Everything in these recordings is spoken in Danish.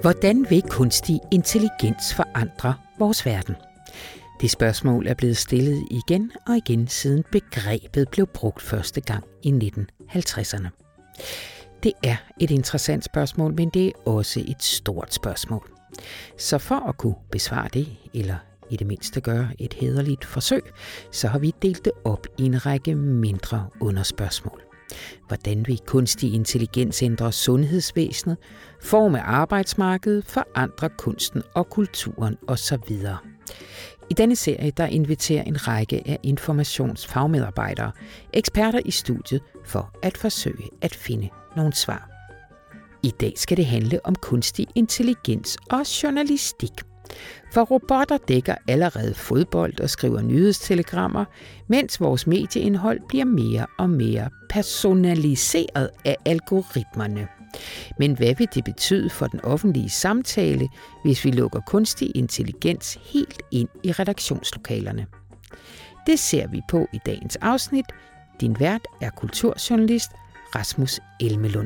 Hvordan vil kunstig intelligens forandre vores verden? Det spørgsmål er blevet stillet igen og igen, siden begrebet blev brugt første gang i 1950'erne. Det er et interessant spørgsmål, men det er også et stort spørgsmål. Så for at kunne besvare det, eller i det mindste gøre et hæderligt forsøg, så har vi delt det op i en række mindre underspørgsmål. Hvordan vil kunstig intelligens ændre sundhedsvæsenet, forme arbejdsmarkedet, forandre kunsten og kulturen osv.? I denne serie der inviterer en række af informationsfagmedarbejdere, eksperter i studiet for at forsøge at finde nogle svar. I dag skal det handle om kunstig intelligens og journalistik. For robotter dækker allerede fodbold og skriver nyhedstelegrammer, mens vores medieindhold bliver mere og mere personaliseret af algoritmerne. Men hvad vil det betyde for den offentlige samtale, hvis vi lukker kunstig intelligens helt ind i redaktionslokalerne? Det ser vi på i dagens afsnit. Din vært er kulturjournalist Rasmus Elmelund.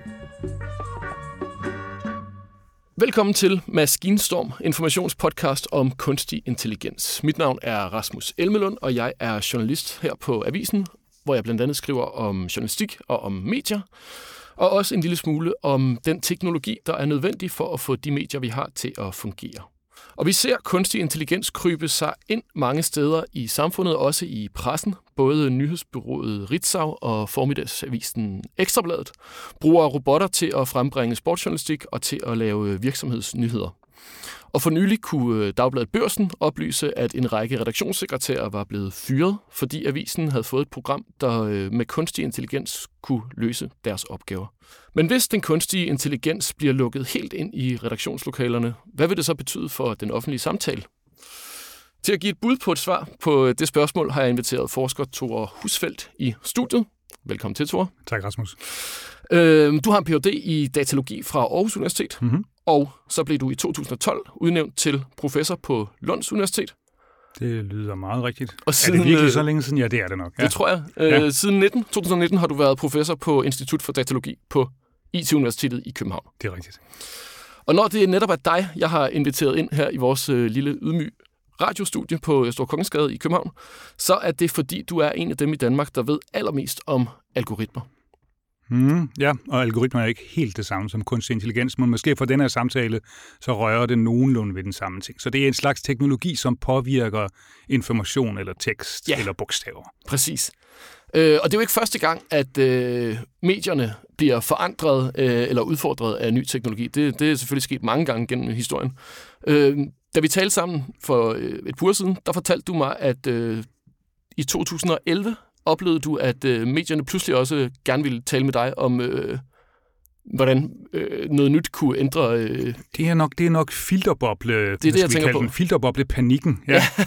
Velkommen til Maskinstorm, informationspodcast om kunstig intelligens. Mit navn er Rasmus Elmelund, og jeg er journalist her på Avisen, hvor jeg blandt andet skriver om journalistik og om medier, og også en lille smule om den teknologi, der er nødvendig for at få de medier, vi har, til at fungere. Og vi ser kunstig intelligens krybe sig ind mange steder i samfundet, også i pressen. Både nyhedsbureauet Ritzau og formiddagsavisen Ekstrabladet bruger robotter til at frembringe sportsjournalistik og til at lave virksomhedsnyheder. Og for nylig kunne Dagbladet Børsen oplyse, at en række redaktionssekretærer var blevet fyret, fordi avisen havde fået et program, der med kunstig intelligens kunne løse deres opgaver. Men hvis den kunstige intelligens bliver lukket helt ind i redaktionslokalerne, hvad vil det så betyde for den offentlige samtale? Til at give et bud på et svar på det spørgsmål, har jeg inviteret forsker Tore Husfeldt i studiet. Velkommen til, Tore. Tak, Rasmus. Du har en Ph.D. i datalogi fra Aarhus Universitet, og så blev du i 2012 udnævnt til professor på Lunds Universitet. Det lyder meget rigtigt. Og siden, er det virkelig så længe siden? Ja, det er det nok. Ja. Det tror jeg. Siden 2019 har du været professor på Institut for Datalogi på IT-universitetet i København. Det er rigtigt. Og når det netop er dig, jeg har inviteret ind her i vores lille ydmyg radiostudie på Store Kongensgade i København, så er det fordi, du er en af dem i Danmark, der ved allermest om algoritmer. Ja, og algoritmer er ikke helt det samme som kunstig intelligens, men måske for den her samtale, så rører det nogenlunde ved den samme ting. Så det er en slags teknologi, som påvirker information eller tekst eller bogstaver. Præcis. Og det er jo ikke første gang, at medierne bliver forandret eller udfordret af ny teknologi. Det er selvfølgelig sket mange gange gennem historien. Da vi talte sammen for et par uger siden, der fortalte du mig, at i 2011 oplevede du, at medierne pludselig også gerne ville tale med dig om, hvordan noget nyt kunne ændre... Det er nok filterboble, det jeg tænker på. Filterboble-panikken.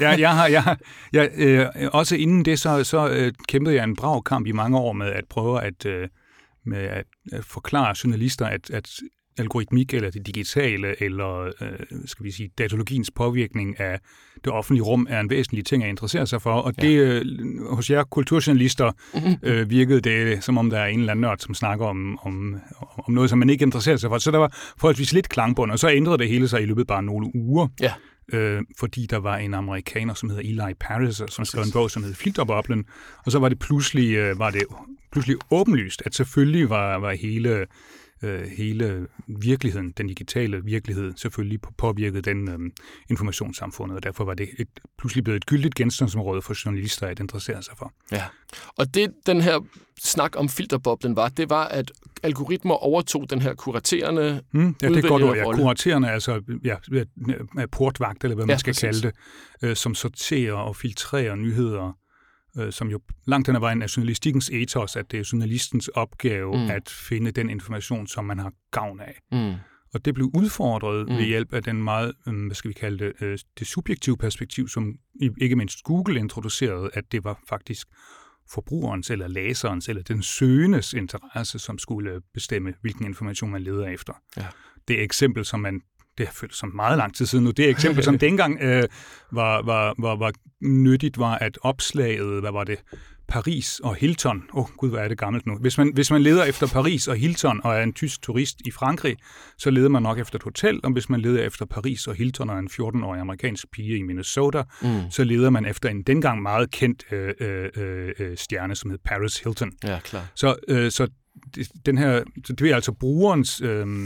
Også inden det, så kæmpede jeg en brav kamp i mange år med at prøve at forklare journalister, at algoritmik eller det digitale eller skal vi sige datalogiens påvirkning af det offentlige rum er en væsentlig ting at interessere sig for, og det hos jer kulturjournalister virkede det som om der er en eller anden nørd, som snakker om noget, som man ikke interesserer sig for. Så der var forholdsvis lidt klangbund, og så ændrede det hele sig i løbet bare nogle uger. Ja. Fordi der var en amerikaner, som hedder Eli Paris, som skrev en bog, som hed Filterboblen, og så var det pludselig åbenlyst, at selvfølgelig var hele virkeligheden, den digitale virkelighed, selvfølgelig påvirket den informationssamfundet, og derfor var det pludselig blevet et gyldigt genstandsområde for journalister at interessere sig for. Ja, og det den her snak om filterboblen det var, at algoritmer overtog den her kuraterende det går du, kuraterende, altså portvagt, eller hvad man skal kalde det, som sorterer og filtrerer nyheder, som jo langt hen ad vejen er journalistikkens ethos, at det er journalistens opgave at finde den information, som man har gavn af. Og det blev udfordret ved hjælp af den meget, det subjektive perspektiv, som ikke mindst Google introducerede, at det var faktisk forbrugerens eller læserens eller den søgendes interesse, som skulle bestemme, hvilken information man leder efter. Ja. Det eksempel, som man det har følt som meget lang tid siden nu. Det eksempel, som dengang var nyttigt, var, at opslaget, hvad var det, Paris og Hilton. Gud, hvor er det gammelt nu. Hvis man leder efter Paris og Hilton og er en tysk turist i Frankrig, så leder man nok efter et hotel, og hvis man leder efter Paris og Hilton og er en 14-årig amerikansk pige i Minnesota, så leder man efter en dengang meget kendt stjerne, som hed Paris Hilton. Ja, klar. Så det er altså brugerens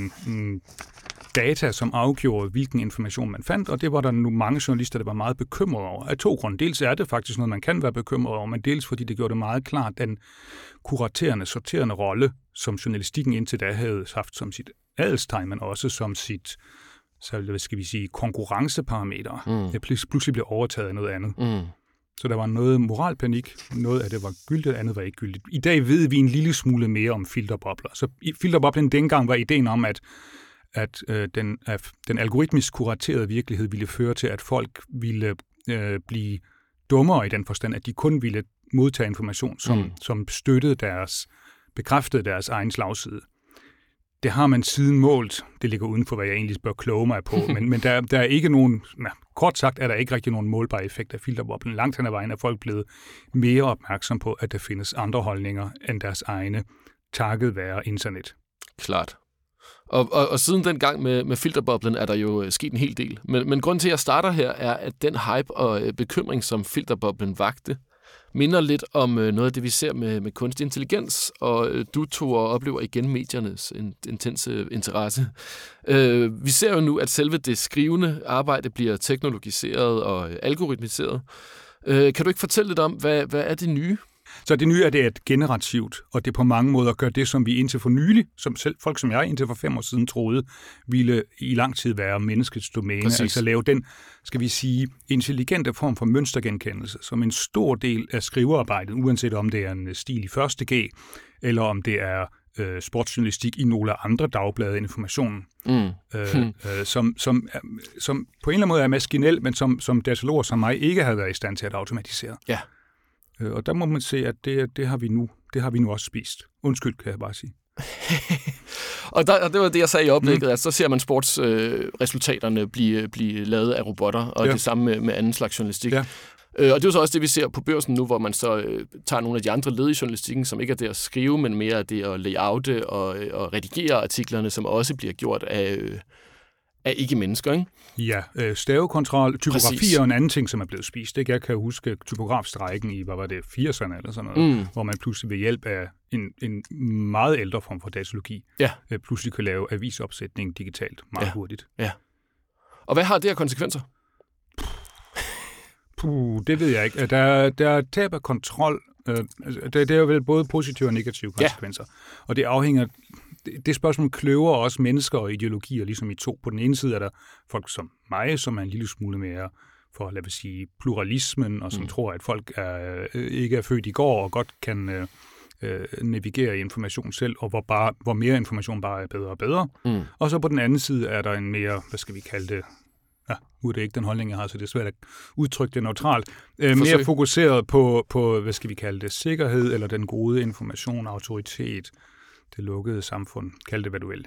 data, som afgjorde, hvilken information man fandt, og det var der nu mange journalister, der var meget bekymrede over. Af to grunde. Dels er det faktisk noget, man kan være bekymret over, men dels fordi det gjorde det meget klart, den kuraterende, sorterende rolle, som journalistikken indtil da havde haft som sit adelstegn, men også som sit, så hvad skal vi sige, konkurrenceparameter. Det pludselig blev overtaget af noget andet. Så der var noget moralpanik, noget af det var gyldigt, andet var ikke gyldigt. I dag ved vi en lille smule mere om filterbobler. Så filterboblen dengang var ideen om, at den algoritmisk kuraterede virkelighed ville føre til, at folk ville blive dummere i den forstand, at de kun ville modtage information, som bekræftede deres egen slagside. Det har man siden målt. Det ligger uden for, hvad jeg egentlig bør kloge mig på. Men der er ikke nogen, kort sagt er der ikke rigtig nogen målbar effekt af filterboblen. Langt hen ad vejen er folk blevet mere opmærksom på, at der findes andre holdninger end deres egne, takket være internet. Klart. Og siden den gang med filterboblen er der jo sket en hel del. Men grunden til, at jeg starter her, er, at den hype og bekymring, som filterboblen vagte, minder lidt om noget af det, vi ser med kunstig intelligens, og du oplever igen mediernes intense interesse. Vi ser jo nu, at selve det skrivende arbejde bliver teknologiseret og algoritmiseret. Kan du ikke fortælle lidt om, hvad er det nye? Så det nye er, det et generativt, og det på mange måder gør det, som vi indtil for nylig, som selv folk som jeg indtil for 5 år siden troede, ville i lang tid være menneskets domæne. Præcis. Altså lave den, skal vi sige, intelligente form for mønstergenkendelse, som en stor del af skrivearbejdet, uanset om det er en stil i 1.G, eller om det er sportsjournalistik i nogle andre dagblade informationen, som på en eller anden måde er maskinel, men som dataloger som mig ikke havde været i stand til at automatisere. Ja. Og der må man se, at det har vi nu også spist. Undskyld, kan jeg bare sige. og det var det, jeg sagde i oplægget, at så ser man sportsresultaterne blive lavet af robotter, og det samme med anden slags journalistik. Ja. Og det er jo så også det, vi ser på Børsen nu, hvor man så tager nogle af de andre led i journalistikken, som ikke er det at skrive, men mere det at layoute og redigere artiklerne, som også bliver gjort af ikke-mennesker, ikke? Ja, stavekontrol, typografi er en anden ting, som er blevet spist. Ikke? Jeg kan huske typografstrækken i, 80'erne eller sådan noget, hvor man pludselig ved hjælp af en meget ældre form for datalogi pludselig kan lave avisopsætning digitalt meget hurtigt. Ja. Og hvad har det her konsekvenser? Det ved jeg ikke. Der er tab af kontrol. Det er jo vel både positive og negative konsekvenser. Og det afhænger... Det spørgsmål kløver også mennesker og ideologier ligesom i to. På den ene side er der folk som mig, som er en lille smule mere for, lad os sige, pluralismen, og som tror, at folk ikke er født i går og godt kan navigere i information selv, og hvor mere information bare er bedre og bedre. Og så på den anden side er der en mere, hvad skal vi kalde det, nu er det ikke den holdning, jeg har, så det er svært at udtrykke det neutralt. Mere fokuseret på, hvad skal vi kalde det, sikkerhed, eller den gode information, autoritet, det lukkede samfund, kald det hvad du vil.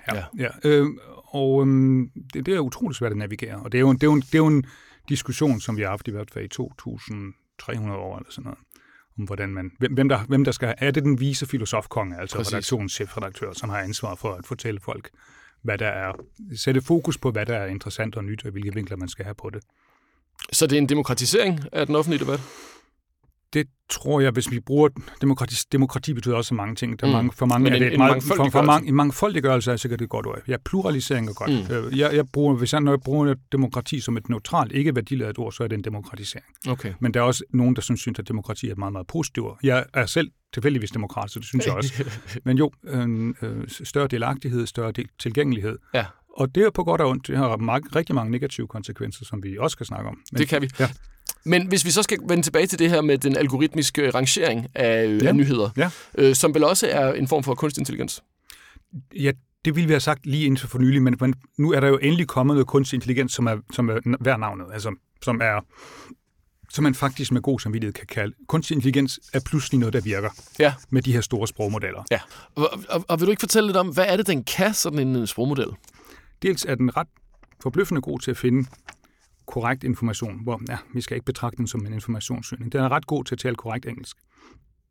Det er utroligt svært at navigere, og det er jo en diskussion, som vi har haft i hvert fald i 2300 år eller sådan noget, om hvordan hvem der skal, er det den vise filosofkonge, altså redaktionschefredaktør, som har ansvar for at fortælle folk, hvad der er, sætte fokus på, hvad der er interessant og nyt, og hvilke vinkler man skal have på det. Så det er en demokratisering af den offentlige debat? Det tror jeg, hvis vi bruger demokrati betyder også mange ting. Der er for mange er det en mangfoldiggørelse er sikkert et godt ord. Ja, pluralisering er godt. Når jeg bruger demokrati som et neutralt, ikke værdiladet ord, så er det en demokratisering. Okay. Men der er også nogen, der synes, at demokrati er et meget, meget positivt ord. Jeg er selv tilfældigvis demokrat, så det synes jeg også. Men jo, større delagtighed, større tilgængelighed. Ja. Og det er på godt og ondt. Det har rigtig mange negative konsekvenser, som vi også skal snakke om. Det kan vi. Ja. Men hvis vi så skal vende tilbage til det her med den algoritmiske rangering af nyheder, som vel også er en form for kunstig intelligens? Ja, det ville vi have sagt lige indtil for nylig, men nu er der jo endelig kommet noget kunstig intelligens, som er værd navnet, altså som man faktisk med god samvittighed kan kalde. Kunstig intelligens er pludselig noget, der virker med de her store sprogmodeller. Ja. Og vil du ikke fortælle lidt om, hvad er det, den kan, sådan en sprogmodel? Dels er den ret forbløffende god til at finde korrekt information, hvor vi skal ikke betragte den som en informationssøgning. Den er ret god til at tale korrekt engelsk.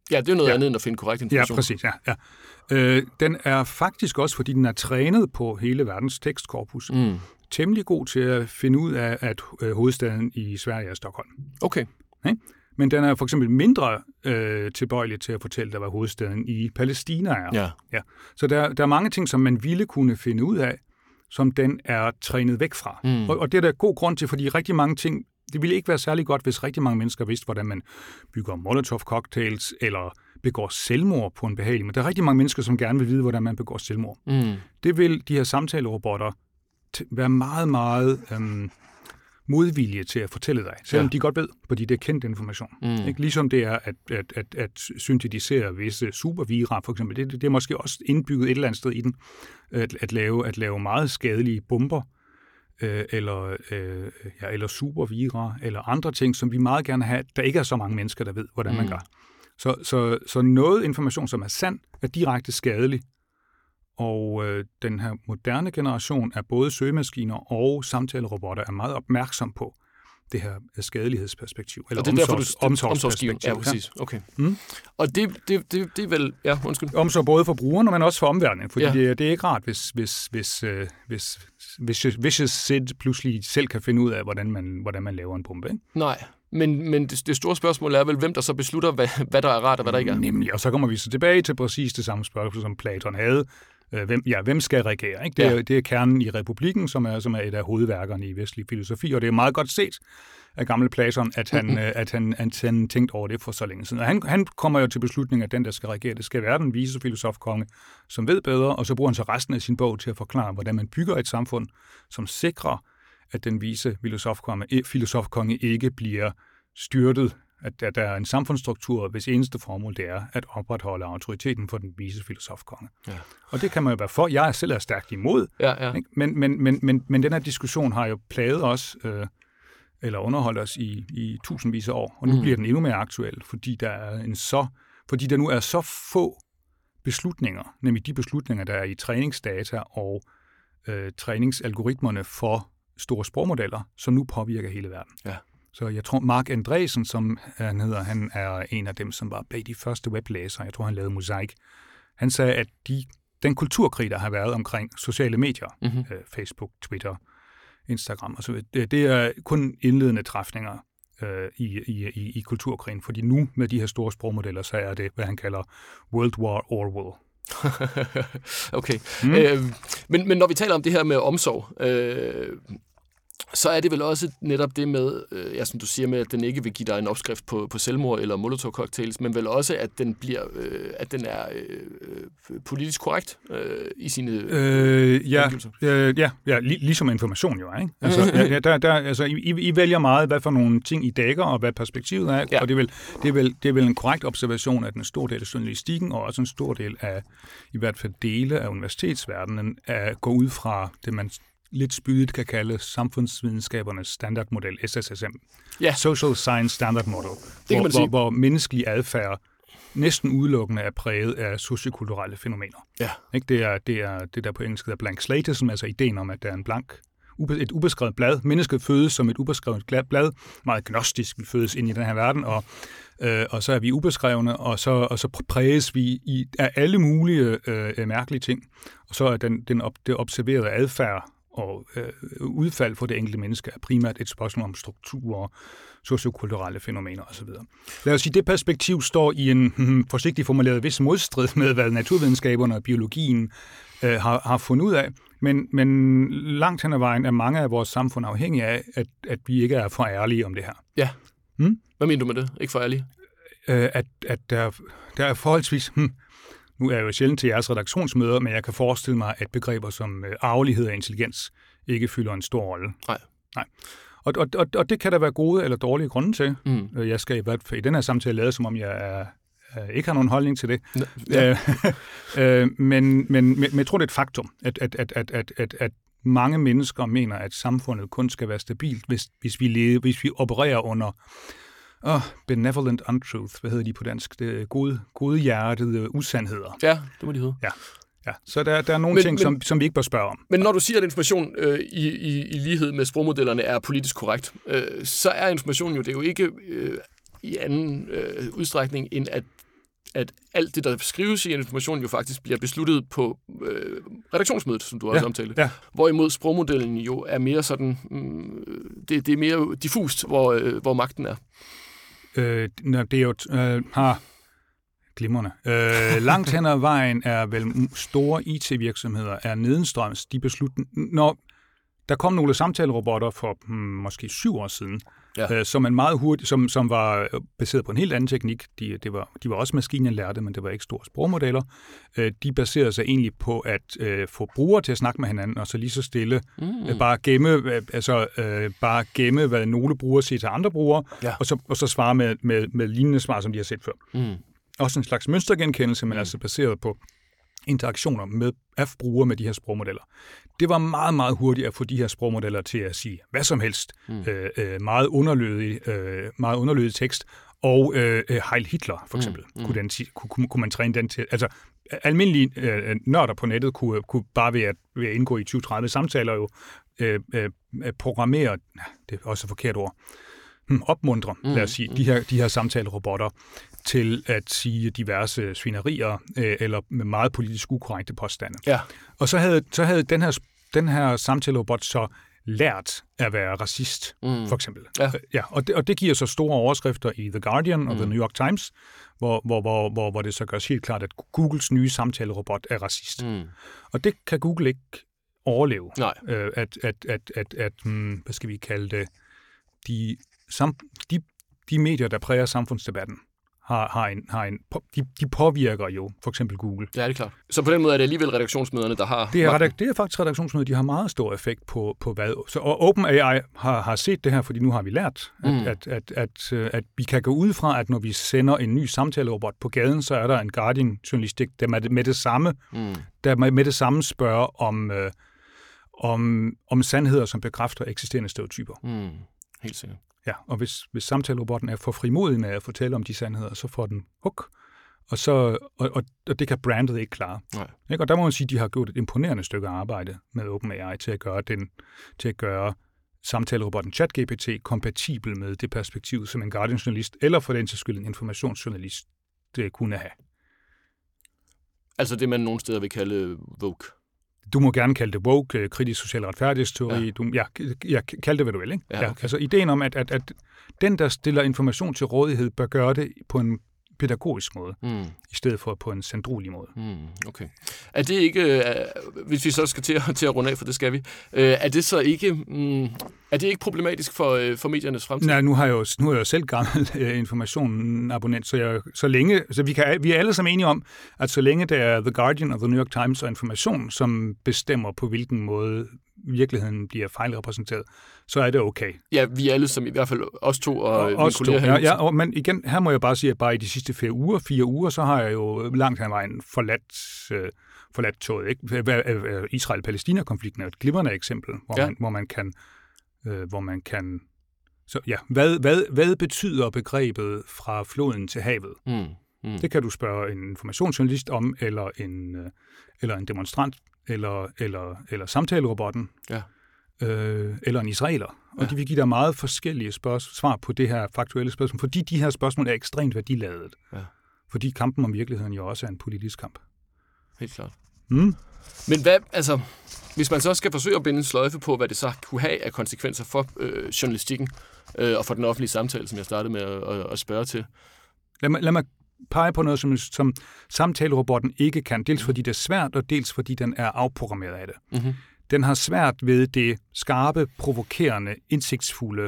Ja, det er noget andet end at finde korrekt information. Ja, præcis. Ja. Den er faktisk også, fordi den er trænet på hele verdens tekstkorpus, temmelig god til at finde ud af, at hovedstaden i Sverige er Stockholm. Okay. Men den er for eksempel mindre tilbøjelig til at fortælle dig, hvad hovedstaden i Palæstina er. Ja. Så der er mange ting, som man ville kunne finde ud af, som den er trænet væk fra. Og det er der god grund til, fordi rigtig mange ting, det ville ikke være særlig godt, hvis rigtig mange mennesker vidste, hvordan man bygger Molotov-cocktails eller begår selvmord på en behagelig. Men der er rigtig mange mennesker, som gerne vil vide, hvordan man begår selvmord. Det vil de her samtalerobotter være meget, meget modvillige til at fortælle dig, selvom de godt ved, fordi det er kendt information. Ikke? Ligesom det er at syntetisere visse supervira, for eksempel. Det er måske også indbygget et eller andet sted i den, at lave meget skadelige bomber, eller supervira, eller andre ting, som vi meget gerne have, der ikke er så mange mennesker, der ved, hvordan man gør. Så noget information, som er sand, er direkte skadelig. Og den her moderne generation af både søgemaskiner og samtalerobotter er meget opmærksom på det her skadelighedsperspektiv, eller omsorgsperspektiv. Ja, præcis. Okay. Og det er vel... Ja, undskyld. Omsorg både for brugerne, men også for omverdenen, fordi det er ikke rart, hvis Sid pludselig selv kan finde ud af, hvordan man laver en bombe. Ikke? Nej, men det store spørgsmål er vel, hvem der så beslutter, hvad der er rart og hvad der ikke er. Nemlig, og så kommer vi så tilbage til præcis det samme spørgsmål, som Platon havde. Hvem skal regere? Ikke? Det er kernen i Republikken, som er et af hovedværkerne i vestlig filosofi, og det er meget godt set af gamle Platon, at han tænkte over det for så længe siden. Og han kommer jo til beslutningen, at den, der skal regere, det skal være den vise filosofkonge, som ved bedre, og så bruger han så resten af sin bog til at forklare, hvordan man bygger et samfund, som sikrer, at den vise filosofkonge ikke bliver styrtet, at der er en samfundsstruktur, hvis eneste formål det er at opretholde autoriteten for den vise filosofkonge. Ja. Og det kan man jo være for. Jeg selv er stærkt imod. Ja. Men den her diskussion har jo plaget os, eller underholdt os i tusindvis af år, og nu bliver den endnu mere aktuel, fordi der nu er så få beslutninger, nemlig de beslutninger, der er i træningsdata og træningsalgoritmerne for store sprogmodeller, som nu påvirker hele verden. Ja. Så jeg tror, Mark Andresen, som han hedder, han er en af dem, som var bag de første weblæsere. Jeg tror, han lavede Mosaik. Han sagde, at den kulturkrig, der har været omkring sociale medier, Facebook, Twitter, Instagram osv., det er kun indledende træfninger i kulturkrigen. Fordi nu med de her store sprogmodeller, så er det, hvad han kalder World War Orwell. Okay. Men når vi taler om det her med omsorg, så er det vel også netop det med, som du siger med, at den ikke vil give dig en opskrift på selvmord eller Molotov-cocktails, men vel også, at den er politisk korrekt i sine ligesom information jo, ikke? Altså, I vælger meget, hvad for nogle ting I dækker, og hvad perspektivet er, og det er vel en korrekt observation, at en stor del af journalistikken, og også en stor del af, i hvert fald dele af universitetsverdenen, går ud fra det, man lidt spydigt kan kalde samfundsvidenskabernes standardmodel, SSSM. Social Science Standard Model, hvor menneskelig adfærd næsten udelukkende er præget af sociokulturelle fænomener. Ja. Ikke? Det er det, der på engelsk hedder blank slatism, altså ideen om, at der er et ubeskrevet blad. Mennesket fødes som et ubeskrevet blad, meget gnostisk, vi fødes ind i den her verden, og så er vi ubeskrevne, og så præges vi af alle mulige mærkelige ting, og så er det observerede adfærd og udfald for det enkelte menneske er primært et spørgsmål om strukturer, sociokulturelle fænomener osv. Lad os sige, det perspektiv står i en forsigtigt formuleret vis modstrid med, hvad naturvidenskaberne og biologien har fundet ud af, men langt hen ad vejen er mange af vores samfund afhængige af, at vi ikke er for ærlige om det her. Ja. Hvad mener du med det? Ikke for ærlige? At der er forholdsvis... Nu er jeg jo sjældent til jeres redaktionsmøder, men jeg kan forestille mig, at begreber som arvelighed og intelligens ikke fylder en stor rolle. Nej. Og det kan der være gode eller dårlige grunde til. Jeg skal i hvert fald i den her samtale lade, som om jeg ikke har nogen holdning til det. Men jeg tror, det er et faktum, at mange mennesker mener, at samfundet kun skal være stabilt, hvis vi opererer under... benevolent untruth, hvad hedder de på dansk? Det godhjertede usandheder. Ja, det må de hedde. Ja. Så der er nogle ting, som vi ikke bør spørge om. Men når du siger, at information i lighed med sprogmodellerne er politisk korrekt, så er information jo, det er jo ikke i anden udstrækning, end at at alt det, der skrives i informationen, jo faktisk bliver besluttet på redaktionsmødet, som du også omtalte. Ja. Hvorimod sprogmodellen jo er mere sådan, det er mere diffust, hvor magten er. Det er jo glimrende. Langt hen ad vejen er vel store IT-virksomheder er nedenstrøms. De når der kom nogle samtalerobotter for måske 7 år siden, som en meget hurtigt, som var baseret på en helt anden teknik. De var også maskinlærte, men det var ikke store sprogmodeller. De baserede sig egentlig på at få brugere til at snakke med hinanden, og så lige så stille bare gemme, hvad nogle brugere siger til andre brugere, og så svare med lignende svar, som de har set før. Også en slags mønstergenkendelse, men altså baseret på interaktioner med brugere med de her sprogmodeller. Det var meget, meget hurtigt at få de her sprogmodeller til at sige hvad som helst. Meget underlødig tekst. Og Heil Hitler, for eksempel, kunne man træne den til. Altså, almindelige nørder på nettet kunne bare ved at indgå i 20-30 samtaler jo programmere, det er også et forkert ord, opmuntre, lad os sige, de her samtalerobotter til at sige diverse svinerier eller med meget politisk ukorrekte påstande. Ja. Og så havde den her samtalerobot så lært at være racist, for eksempel. Ja. Og det giver så store overskrifter i The Guardian og The New York Times, hvor det så gørs helt klart, at Googles nye samtalerobot er racist. Og det kan Google ikke overleve. Nej. Hvad skal vi kalde det? De medier, der præger samfundsdebatten, de påvirker jo for eksempel Google. Ja, det er klart. Så på den måde er det alligevel redaktionsmøderne, der har... Det er faktisk redaktionsmøder, de har meget stor effekt på hvad... Og OpenAI har set det her, fordi nu har vi lært, at vi kan gå ud fra, at når vi sender en ny samtalerobot på gaden, så er der en Guardian-journalistik, der med det samme spørger om sandheder, som bekræfter eksisterende stereotyper. Helt sikkert. Ja, og hvis samtalerobotten er for frimodig med at fortælle om de sandheder, så får den hook, og det kan brandet ikke klare. Ikke? Og der må man sige, at de har gjort et imponerende stykke arbejde med OpenAI til at gøre samtalerobotten ChatGPT kompatibel med det perspektiv, som en Guardian-journalist, eller for den til skyld en informationsjournalist, det kunne have. Altså det, man nogle steder vil kalde woke. Du må gerne kalde det woke, kritisk social retfærdighedsteori. Kald det, hvad du vil. Ikke? Ja, okay. Altså ideen om, at den, der stiller information til rådighed, bør gøre det på en pædagogisk måde, i stedet for på en centrolig måde. Okay. Er det ikke, hvis vi så skal til at runde af, for det skal vi, er det så ikke, er det ikke problematisk for mediernes fremtid? Nej, nu er jeg jo selv gammel information-abonnent, så vi er alle sammen enige om, at så længe det er The Guardian og The New York Times og Information, som bestemmer på hvilken måde virkeligheden bliver fejlrepræsenteret, så er det okay. Ja, vi alle som i hvert fald os to og mine kolleger her. Men igen, her må jeg bare sige, at bare i de sidste 4 uger, så har jeg jo langt hen vejen forladt toget. Ikke? Israel-Palæstina-konflikten er et glimrende eksempel, hvor man kan så ja, hvad betyder begrebet fra floden til havet? Det kan du spørge en informationsjournalist om, eller en demonstrant, eller samtalerobotten, eller en israeler. Og de vil give dig meget forskellige svar på det her faktuelle spørgsmål, fordi de her spørgsmål er ekstremt værdiladet. Ja. Fordi kampen om virkeligheden jo også er en politisk kamp. Helt klart. Men hvis man så skal forsøge at binde en sløjfe på, hvad det så kunne have af konsekvenser for journalistikken og for den offentlige samtale, som jeg startede med at spørge til. Lad mig pege på noget, som samtalerobotten ikke kan. Dels fordi det er svært, og dels fordi den er afprogrammeret af det. Mm-hmm. Den har svært ved det skarpe, provokerende, indsigtsfulde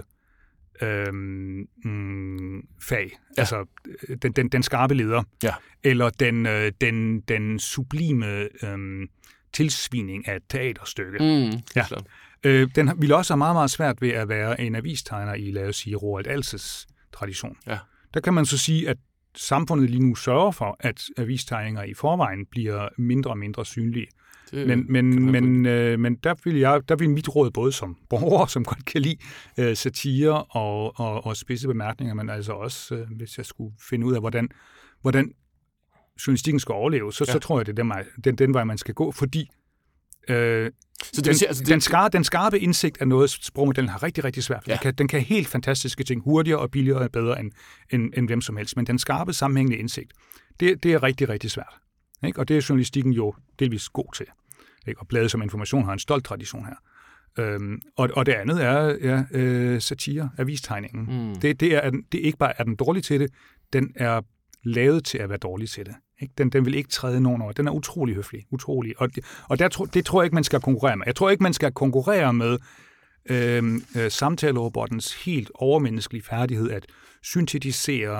fag. Ja. Altså den skarpe leder. Ja. Eller den sublime tilsvining af et teaterstykke. Den ville også have meget, meget svært ved at være en avistegner i, lad os sige, Roald Alses tradition. Ja. Der kan man så sige, at samfundet lige nu sørger for, at avistegninger i forvejen bliver mindre og mindre synlige. Men der vil mit råd både som borger, som godt kan lide satire og spidse bemærkninger, men altså også, hvis jeg skulle finde ud af, hvordan journalistikken skal overleve, så tror jeg, det er den vej, man skal gå, fordi Så det vil sige, altså den skarpe indsigt er noget, sprogmodellen har rigtig, rigtig svært. Ja. Den kan helt fantastiske ting, hurtigere og billigere og bedre end hvem som helst. Men den skarpe, sammenhængende indsigt, det er rigtig, rigtig svært. Ikke? Og det er journalistikken jo delvis god til. Ikke? Og bladet som information har en stolt tradition her. Og det andet er satire, avistegningen. Det er ikke bare, er den dårlig til det, den er lavet til at være dårlig til det. Ikke? Den vil ikke træde nogen over. Den er utrolig høflig. Utrolig. Og det tror jeg ikke, man skal konkurrere med. Jeg tror ikke, man skal konkurrere med samtalerobottens helt overmenneskelige færdighed at syntetisere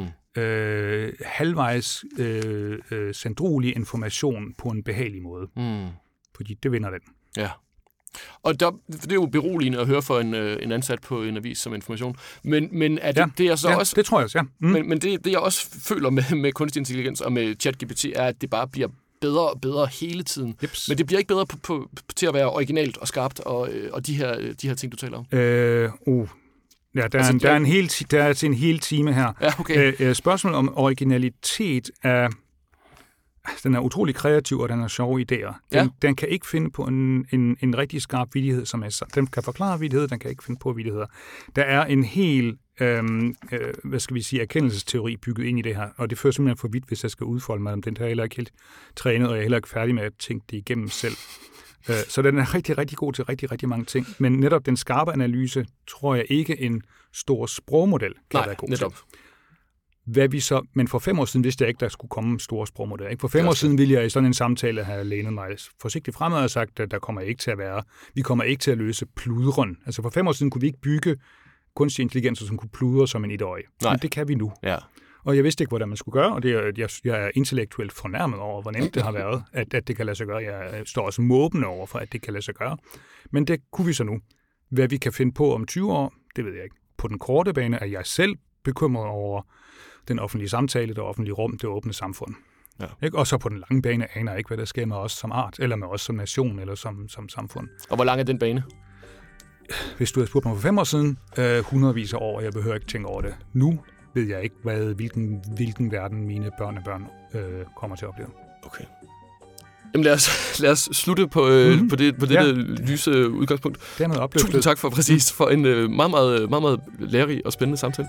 halvvejs sandrolig information på en behagelig måde. Fordi det vinder den. Ja. Og det er jo beroligende at høre for en ansat på en avis som information. Men er det, det er så også... det tror jeg også, ja. Men det jeg også føler med kunstig intelligens og med ChatGPT, er, at det bare bliver bedre og bedre hele tiden. Jeps. Men det bliver ikke bedre til at være originalt og skarpt, og de her ting, du taler om. Ja, der er en hel time her. Ja, okay. Spørgsmålet om originalitet er... Den er utrolig kreativ, og den har sjove idéer. Den kan ikke finde på en rigtig skarp vittighed, som er... Den kan forklare vittighed, den kan ikke finde på vittigheder. Der er en hel, erkendelsesteori bygget ind i det her, og det fører simpelthen for vidt, hvis jeg skal udfolde mig om den. Der er heller ikke helt trænet, og jeg er heller ikke færdig med at tænke det igennem selv. Så den er rigtig, rigtig god til rigtig, rigtig mange ting. Men netop den skarpe analyse, tror jeg ikke en stor sprogmodel kan være god til. Men for 5 år siden vidste jeg ikke, der skulle komme store sprogmodeller. Ikke? For 5 år siden ville jeg i sådan en samtale have lænet mig forsigtigt fremad og sagt, at vi kommer ikke til at løse pludren. Altså for 5 år siden kunne vi ikke bygge kunstig intelligens, som kunne pludre som en 1-årig. Men det kan vi nu. Ja. Og jeg vidste ikke, hvordan man skulle gøre, og jeg er intellektuelt fornærmet over, hvor nemt det har været, at det kan lade sig gøre. Jeg står også måbende over for, at det kan lade sig gøre. Men det kunne vi så nu. Hvad vi kan finde på om 20 år, det ved jeg ikke. På den korte bane er jeg selv bekymret over den offentlige samtale, det offentlige rum, det åbne samfund. Ja. Ikke? Og så på den lange bane aner jeg ikke, hvad der sker med os som art, eller med os som nation, eller som samfund. Og hvor lang er den bane? Hvis du havde spurgt mig for 5 år siden, hundredvis af år, og jeg behøver ikke tænke over det. Nu ved jeg ikke, hvilken verden mine børnebørn kommer til at opleve. Okay. Jamen lad os slutte på det lyse udgangspunkt. Tusind tak for en meget, meget, meget, meget lærerig og spændende samtale.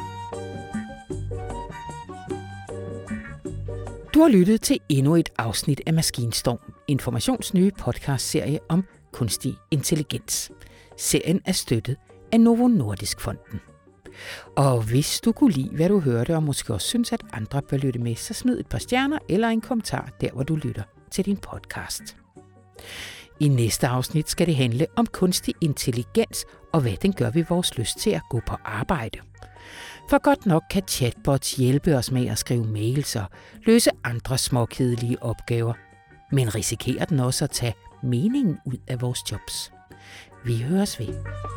Du har lyttet til endnu et afsnit af Maskinstorm, Informations nye podcastserie om kunstig intelligens. Serien er støttet af Novo Nordisk Fonden. Og hvis du kunne lide, hvad du hørte, og måske også synes, at andre bør lytte med, så smid et par stjerner eller en kommentar der, hvor du lytter til din podcast. I næste afsnit skal det handle om kunstig intelligens og hvad den gør ved vores lyst til at gå på arbejde. For godt nok kan chatbots hjælpe os med at skrive mails og løse andre småkedelige opgaver. Men risikerer den også at tage meningen ud af vores jobs? Vi høres ved.